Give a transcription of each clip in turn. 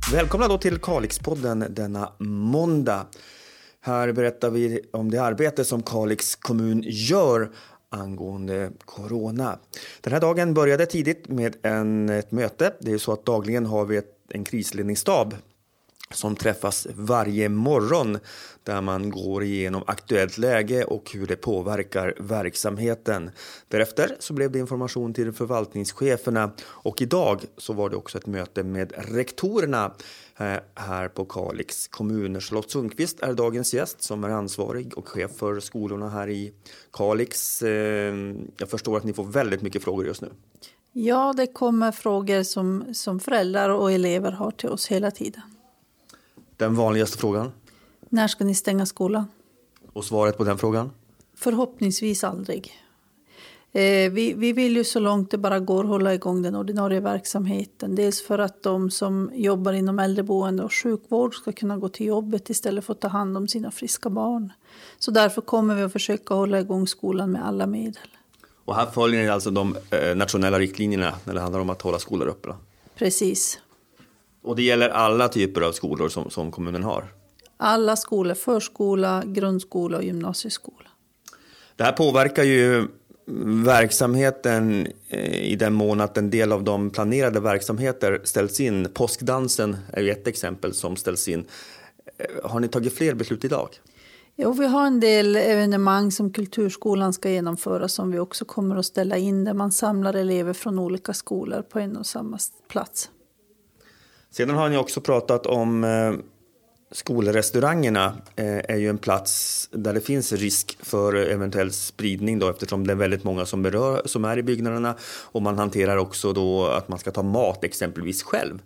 Välkomna då till Kalixpodden denna måndag. Här berättar vi om det arbete som Kalix kommun gör angående corona. Den här dagen började tidigt med ett möte. Det är så att dagligen har vi en krisledningsstab som träffas varje morgon där man går igenom aktuellt läge och hur det påverkar verksamheten. Därefter så blev det information till förvaltningscheferna och idag så var det också ett möte med rektorerna här på Kalix kommun. Charlotte Sundqvist är dagens gäst som är ansvarig och chef för skolorna här i Kalix. Jag förstår att ni får väldigt mycket frågor just nu. Ja, det kommer frågor som föräldrar och elever har till oss hela tiden. Den vanligaste frågan? När ska ni stänga skolan? Och svaret på den frågan? Förhoppningsvis aldrig. Vi vill ju så långt det bara går hålla igång den ordinarie verksamheten. Dels för att de som jobbar inom äldreboende och sjukvård ska kunna gå till jobbet istället för att ta hand om sina friska barn. Så därför kommer vi att försöka hålla igång skolan med alla medel. Och här följer ni alltså de nationella riktlinjerna när det handlar om att hålla skolor uppe? Precis. Och det gäller alla typer av skolor som kommunen har? Alla skolor, förskola, grundskola och gymnasieskola. Det här påverkar ju verksamheten i den mån att en del av de planerade verksamheter ställs in. Påskdansen är ju ett exempel som ställs in. Har ni tagit fler beslut idag? Jo, vi har en del evenemang som kulturskolan ska genomföra som vi också kommer att ställa in där man samlar elever från olika skolor på en och samma plats. Sedan har ni också pratat om skolrestaurangerna är ju en plats där det finns risk för eventuell spridning då, eftersom det är väldigt många som är i byggnaderna och man hanterar också då att man ska ta mat exempelvis själv.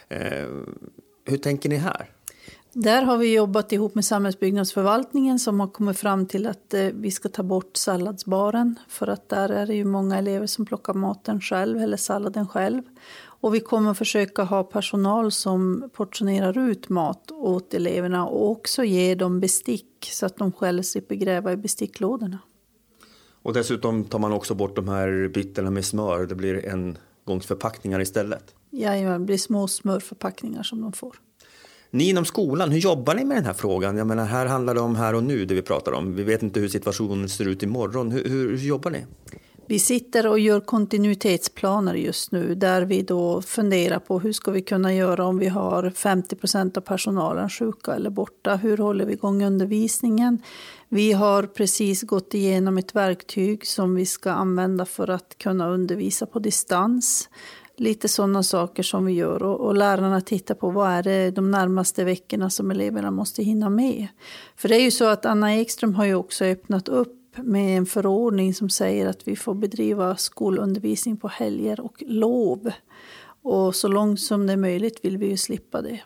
Hur tänker ni här? Där har vi jobbat ihop med samhällsbyggnadsförvaltningen som har kommit fram till att vi ska ta bort salladsbaren för att där är det ju många elever som plockar maten själv eller salladen själv. Och vi kommer försöka ha personal som portionerar ut mat åt eleverna och också ge dem bestick så att de själva slipper gräva i besticklådorna. Och dessutom tar man också bort de här bytterna med smör. Det blir engångsförpackningar istället. Ja, det blir små smörförpackningar som de får. Ni inom skolan, hur jobbar ni med den här frågan? Jag menar, här handlar det om här och nu det vi pratar om. Vi vet inte hur situationen ser ut imorgon. Hur jobbar ni? Vi sitter och gör kontinuitetsplaner just nu där vi då funderar på hur ska vi kunna göra om vi har 50% av personalen sjuka eller borta. Hur håller vi igång undervisningen? Vi har precis gått igenom ett verktyg som vi ska använda för att kunna undervisa på distans. Lite sådana saker som vi gör och lärarna tittar på vad är det de närmaste veckorna som eleverna måste hinna med. För det är ju så att Anna Ekström har ju också öppnat upp med en förordning som säger att vi får bedriva skolundervisning på helger och lov. Och så långt som det är möjligt vill vi ju slippa det.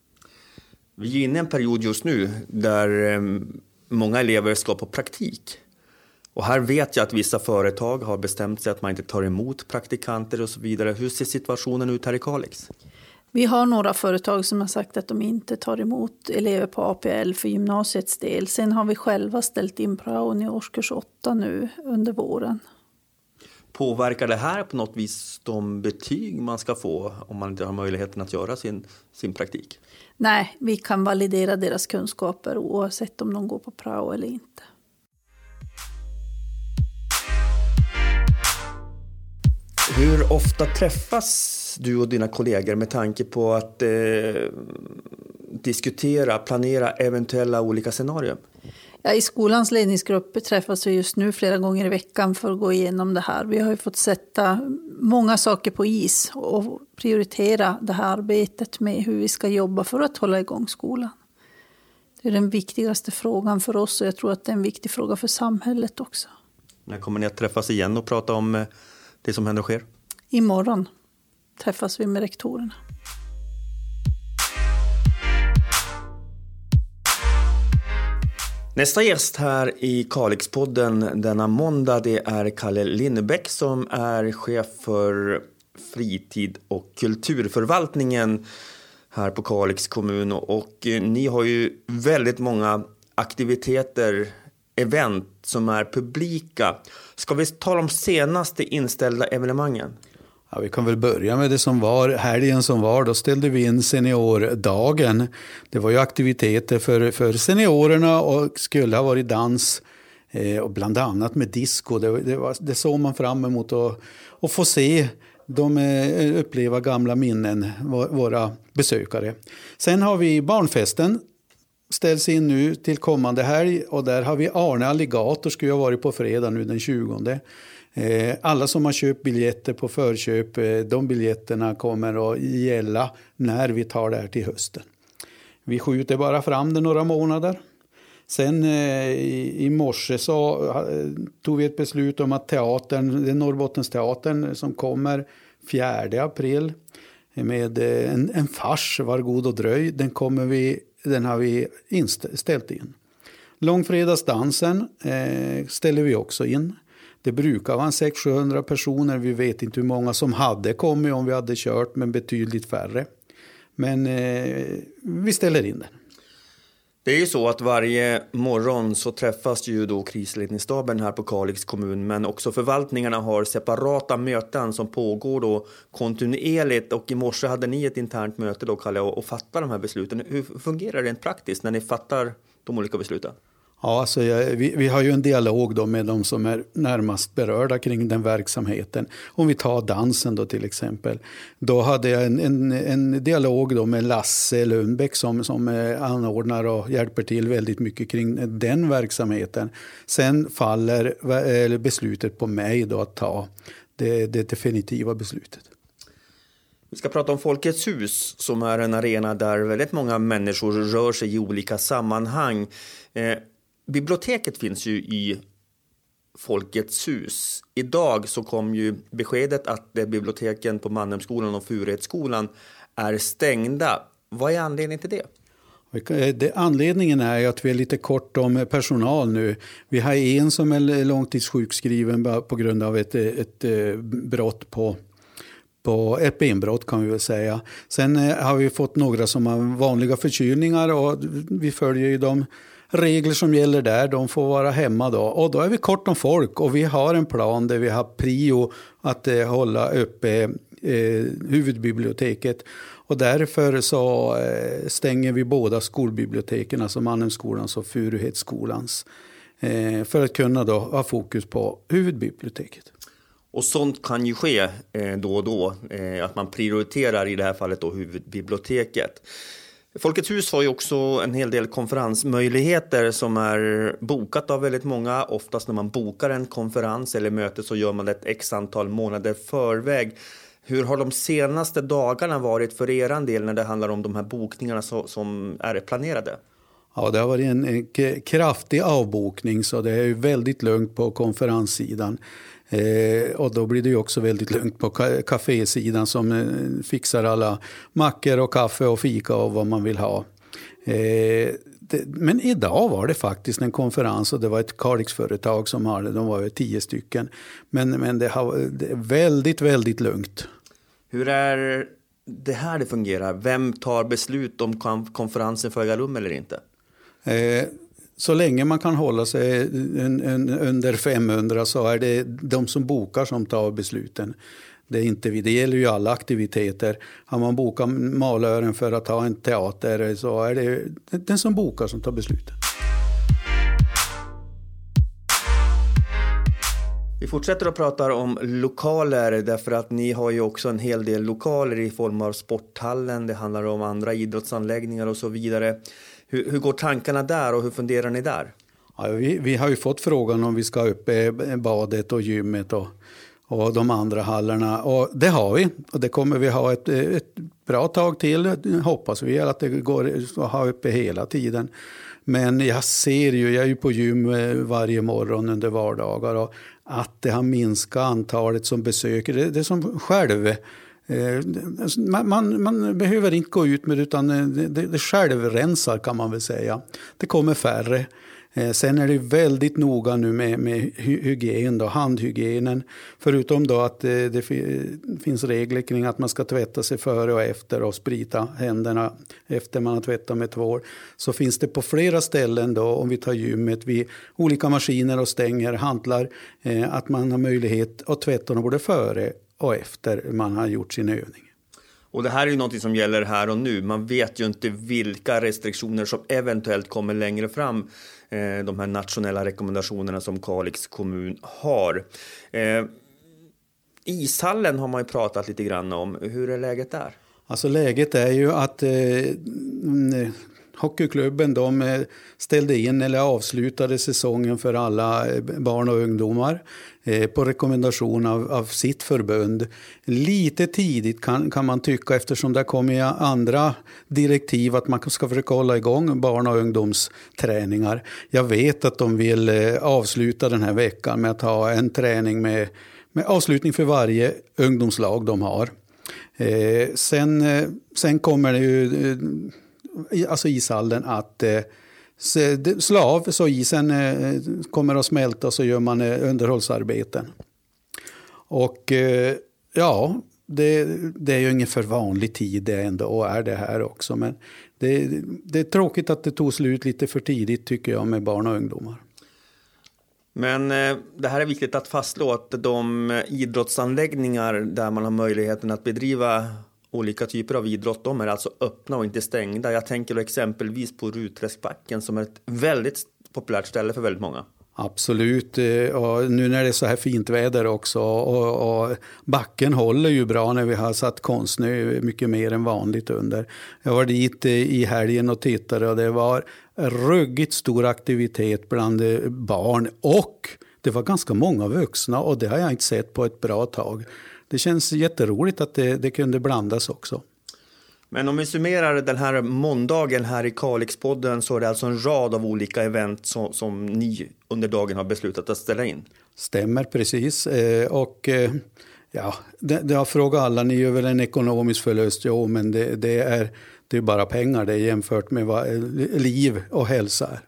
Vi är inne i en period just nu där många elever ska på praktik. Och här vet jag att vissa företag har bestämt sig att man inte tar emot praktikanter och så vidare. Hur ser situationen ut här i Kalix? Vi har några företag som har sagt att de inte tar emot elever på APL för gymnasiets del. Sen har vi själva ställt in praon i årskurs 8 nu under våren. Påverkar det här på något vis de betyg man ska få om man inte har möjligheten att göra sin praktik? Nej, vi kan validera deras kunskaper oavsett om de går på prao eller inte. Hur ofta träffas du och dina kollegor med tanke på att diskutera, planera eventuella olika scenarier? Ja, i skolans ledningsgrupp träffas vi just nu flera gånger i veckan för att gå igenom det här. Vi har ju fått sätta många saker på is och prioritera det här arbetet med hur vi ska jobba för att hålla igång skolan. Det är den viktigaste frågan för oss och jag tror att det är en viktig fråga för samhället också. När kommer ni att träffas igen och prata om det som händer och sker? Imorgon träffas vi med rektorerna. Nästa gäst här i Kalixpodden denna måndag det är Kalle Linnebäck som är chef för fritid- och kulturförvaltningen här på Kalix kommun. Och ni har ju väldigt många aktiviteter, event som är publika. Ska vi tala om senaste inställda evenemangen? Ja, vi kan väl börja med det som var helgen som var. Då ställde vi in seniordagen. Det var ju aktiviteter för seniorerna och skulle ha varit dans och bland annat med disco. Det såg man fram emot att få se. De uppleva gamla minnen, våra besökare. Sen har vi barnfesten. Ställs in nu till kommande helg och där har vi Arne Alligator, skulle ha varit på fredag nu den 20. Alla som har köpt biljetter på förköp, de biljetterna kommer att gälla när vi tar det här till hösten. Vi skjuter bara fram det några månader. Sen i morse så tog vi ett beslut om att teatern, det Norrbottensteatern som kommer 4 april med en fars, Var god och dröj, den har vi ställt in. Långfredagsdansen ställer vi också in. Det brukar vara 600-700 personer. Vi vet inte hur många som hade kommit om vi hade kört, men betydligt färre. Men vi ställer in den. Det är ju så att varje morgon så träffas ju då krisledningsstaben här på Kalix kommun, men också förvaltningarna har separata möten som pågår då kontinuerligt, och i morse hade ni ett internt möte då, Kalle, och fattar de här besluten. Hur fungerar det rent praktiskt när ni fattar de olika besluten? Ja, alltså vi har ju en dialog då med de som är närmast berörda kring den verksamheten. Om vi tar dansen då till exempel. Då hade jag en dialog då med Lasse Lundbäck som anordnar och hjälper till väldigt mycket kring den verksamheten. Sen faller beslutet på mig då att ta det definitiva beslutet. Vi ska prata om Folkets hus som är en arena där väldigt många människor rör sig i olika sammanhang. Biblioteket finns ju i Folkets hus. Idag så kom ju beskedet att biblioteken på Mannhemskolan och Furuhetsskolan är stängda. Vad är anledningen till det? Anledningen är att vi är lite kort om personal nu. Vi har en som är långtidssjukskriven på grund av ett brott på ett benbrott kan vi väl säga. Sen har vi fått några som har vanliga förkylningar och vi följer ju de regler som gäller där. De får vara hemma då. Och då är vi kort om folk och vi har en plan där vi har prio att hålla uppe huvudbiblioteket. Och därför så stänger vi båda skolbiblioteken, alltså Mannhemsskolans och Furuhetsskolans, för att kunna då ha fokus på huvudbiblioteket. Och sånt kan ju ske då och då, att man prioriterar i det här fallet då huvudbiblioteket. Folkets hus har ju också en hel del konferensmöjligheter som är bokat av väldigt många. Oftast när man bokar en konferens eller möte så gör man det ett x antal månader förväg. Hur har de senaste dagarna varit för er del när det handlar om de här bokningarna som är planerade? Ja, det har varit en kraftig avbokning så det är väldigt lugnt på konferenssidan. Och då blir det ju också väldigt lugnt på kafésidan som fixar alla mackor och kaffe och fika och vad man vill ha. Men idag var det faktiskt en konferens och det var ett Kalix-företag som hade, de var 10 stycken. Men det är väldigt, väldigt lugnt. Hur är det här det fungerar? Vem tar beslut om konferensen får äga rum eller inte? Så länge man kan hålla sig under 500 så är det de som bokar som tar besluten. Det är inte vi. Det gäller ju alla aktiviteter. Har man bokat Malören för att ha en teater så är det den som bokar som tar besluten. Vi fortsätter att prata om lokaler därför att ni har ju också en hel del lokaler i form av sporthallen. Det handlar om andra idrottsanläggningar och så vidare. Hur går tankarna där och hur funderar ni där? Ja, vi har ju fått frågan om vi ska upp badet och gymmet och de andra hallarna. Och det har vi och det kommer vi ha ett bra tag till. Hoppas vi att det går att ha uppe hela tiden. Men jag är ju på gym varje morgon under vardagar och att det har minskat antalet som besöker. Det är som själv. Man behöver inte gå ut med det utan det självrensar kan man väl säga. Det kommer färre. Sen är det väldigt noga nu med hygien då, handhygienen. Förutom då att det finns regler kring att man ska tvätta sig före och efter och sprita händerna efter man har tvättat med tvål. Så finns det på flera ställen då, om vi tar gymmet vid olika maskiner och stänger, hantlar, att man har möjlighet att tvätta dem både före och efter man har gjort sin övning. Och det här är ju något som gäller här och nu. Man vet ju inte vilka restriktioner som eventuellt kommer längre fram. De här nationella rekommendationerna som Kalix kommun har. Ishallen har man ju pratat lite grann om. Hur är läget där? Alltså läget är ju att hockeyklubben de ställde in eller avslutade säsongen för alla barn och ungdomar på rekommendation av sitt förbund. Lite tidigt kan man tycka, eftersom det kommer andra direktiv att man ska försöka hålla igång barn- och ungdomsträningar. Jag vet att de vill avsluta den här veckan med att ha en träning med avslutning för varje ungdomslag de har. Sen kommer det ju alltså ishallen att slå av så isen kommer att smälta, så gör man underhållsarbeten. Och ja, det är ju ingen för vanlig tid det ändå, och är det här också. Men det är tråkigt att det tog slut lite för tidigt, tycker jag, med barn och ungdomar. Men det här är viktigt att fastslå, att de idrottsanläggningar där man har möjligheten att bedriva olika typer av idrott, de är alltså öppna och inte stängda. Jag tänker då exempelvis på Ruträskbacken som är ett väldigt populärt ställe för väldigt många. Absolut, och nu när det är så här fint väder också, och backen håller ju bra när vi har satt konstsnö mycket mer än vanligt under. Jag var dit i helgen och tittade, och det var ruggigt stor aktivitet bland barn, och det var ganska många vuxna, och det har jag inte sett på ett bra tag. Det känns jätteroligt att det kunde blandas också. Men om vi summerar den här måndagen här i Kalixpodden, så är det alltså en rad av olika event som ni under dagen har beslutat att ställa in. Stämmer precis. Och ja, det har frågat alla, ni gör väl en ekonomisk förlust? Jo, men det är bara pengar det är jämfört med vad liv och hälsa är.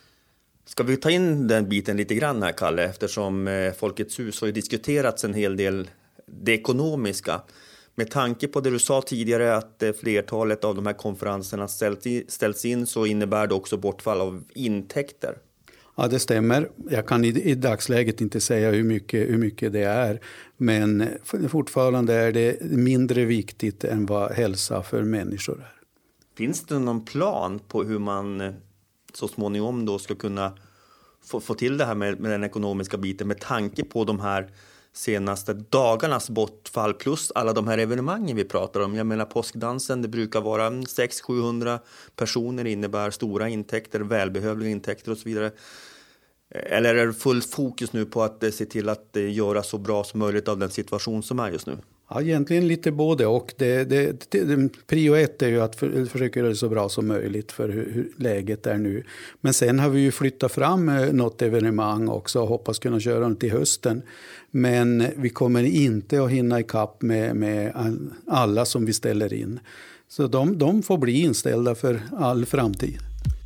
Ska vi ta in den biten lite grann här, Kalle, eftersom Folkets hus har ju diskuterats en hel del det ekonomiska. Med tanke på det du sa tidigare, att flertalet av de här konferenserna ställs in, så innebär det också bortfall av intäkter. Ja, det stämmer. Jag kan i dagsläget inte säga hur mycket det är. Men fortfarande är det mindre viktigt än vad hälsa för människor är. Finns det någon plan på hur man så småningom då ska kunna få till det här med den ekonomiska biten, med tanke på de här senaste dagarnas bortfall plus alla de här evenemangen vi pratar om? Jag menar, påskdansen, det brukar vara 600-700 personer, innebär stora intäkter, välbehövliga intäkter och så vidare. Eller är det fullt fokus nu på att se till att göra så bra som möjligt av den situation som är just nu? Ja, egentligen lite både, och prio 1 är ju att försöka göra det så bra som möjligt för hur läget är nu. Men sen har vi ju flyttat fram något evenemang också och hoppas kunna köra den till hösten. Men vi kommer inte att hinna ikapp med alla som vi ställer in. Så de får bli inställda för all framtid.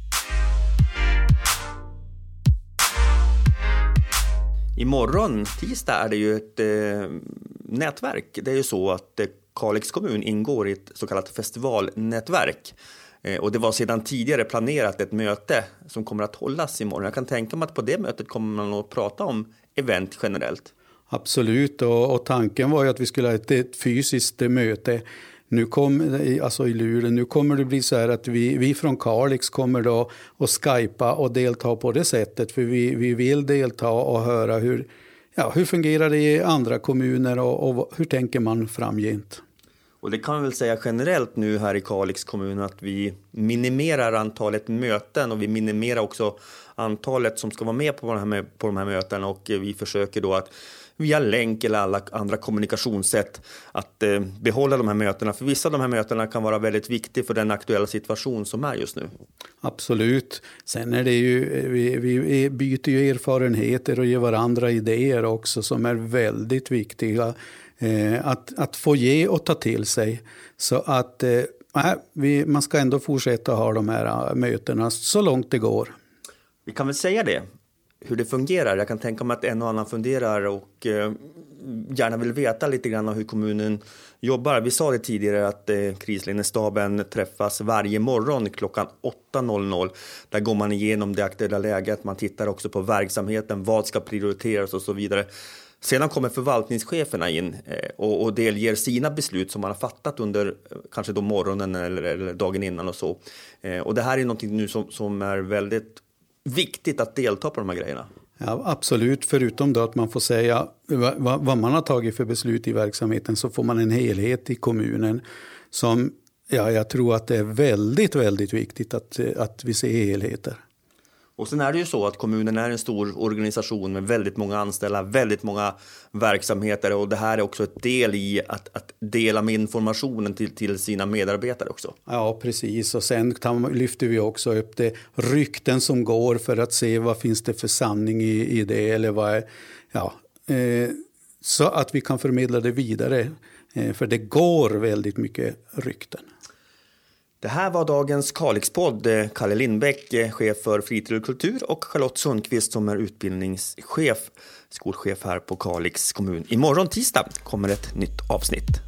Imorgon, tisdag, är det ju ett nätverk. Det är ju så att Kalix kommun ingår i ett så kallat festivalnätverk. Och det var sedan tidigare planerat ett möte som kommer att hållas imorgon. Jag kan tänka mig att på det mötet kommer man att prata om event generellt. Absolut, och tanken var ju att vi skulle ha ett fysiskt möte. Alltså i Luleå. Nu kommer det bli så här att vi från Kalix kommer då att skypa och delta på det sättet. För vi vill delta och höra hur fungerar det i andra kommuner och hur tänker man framgent. Och det kan man väl säga generellt nu här i Kalix kommun, att vi minimerar antalet möten och vi minimerar också antalet som ska vara med på de här mötena, och vi försöker då att via länk eller alla andra kommunikationssätt att behålla de här mötena. För vissa av de här mötena kan vara väldigt viktiga för den aktuella situation som är just nu. Absolut. Sen är det ju, vi byter ju erfarenheter och ger varandra idéer också som är väldigt viktiga att få ge och ta till sig. Så att man ska ändå fortsätta ha de här mötena så långt det går. Vi kan väl säga det, hur det fungerar. Jag kan tänka mig att en och annan funderar och gärna vill veta lite grann om hur kommunen jobbar. Vi sa det tidigare att krisledningsstaben träffas varje morgon klockan 8.00. Där går man igenom det aktuella läget. Man tittar också på verksamheten, vad ska prioriteras och så vidare. Sedan kommer förvaltningscheferna in och delger sina beslut som man har fattat under kanske då morgonen eller dagen innan och så. Och det här är någonting nu som är väldigt viktigt att delta på de här grejerna. Ja, absolut. Förutom då att man får säga vad man har tagit för beslut i verksamheten, så får man en helhet i kommunen som jag tror att det är väldigt, väldigt viktigt att vi ser helheter. Och sen är det ju så att kommunen är en stor organisation med väldigt många anställda, väldigt många verksamheter, och det här är också ett del i att dela med informationen till sina medarbetare också. Ja, precis. Och sen lyfter vi också upp det rykten som går för att se vad finns det för sanning i det, eller vad är, så att vi kan förmedla det vidare, för det går väldigt mycket rykten. Det här var dagens Kalixpodd. Kalle Lindbäck, chef för fritid och kultur, och Charlotte Sundqvist som är utbildningschef, skolchef här på Kalix kommun. Imorgon tisdag kommer ett nytt avsnitt.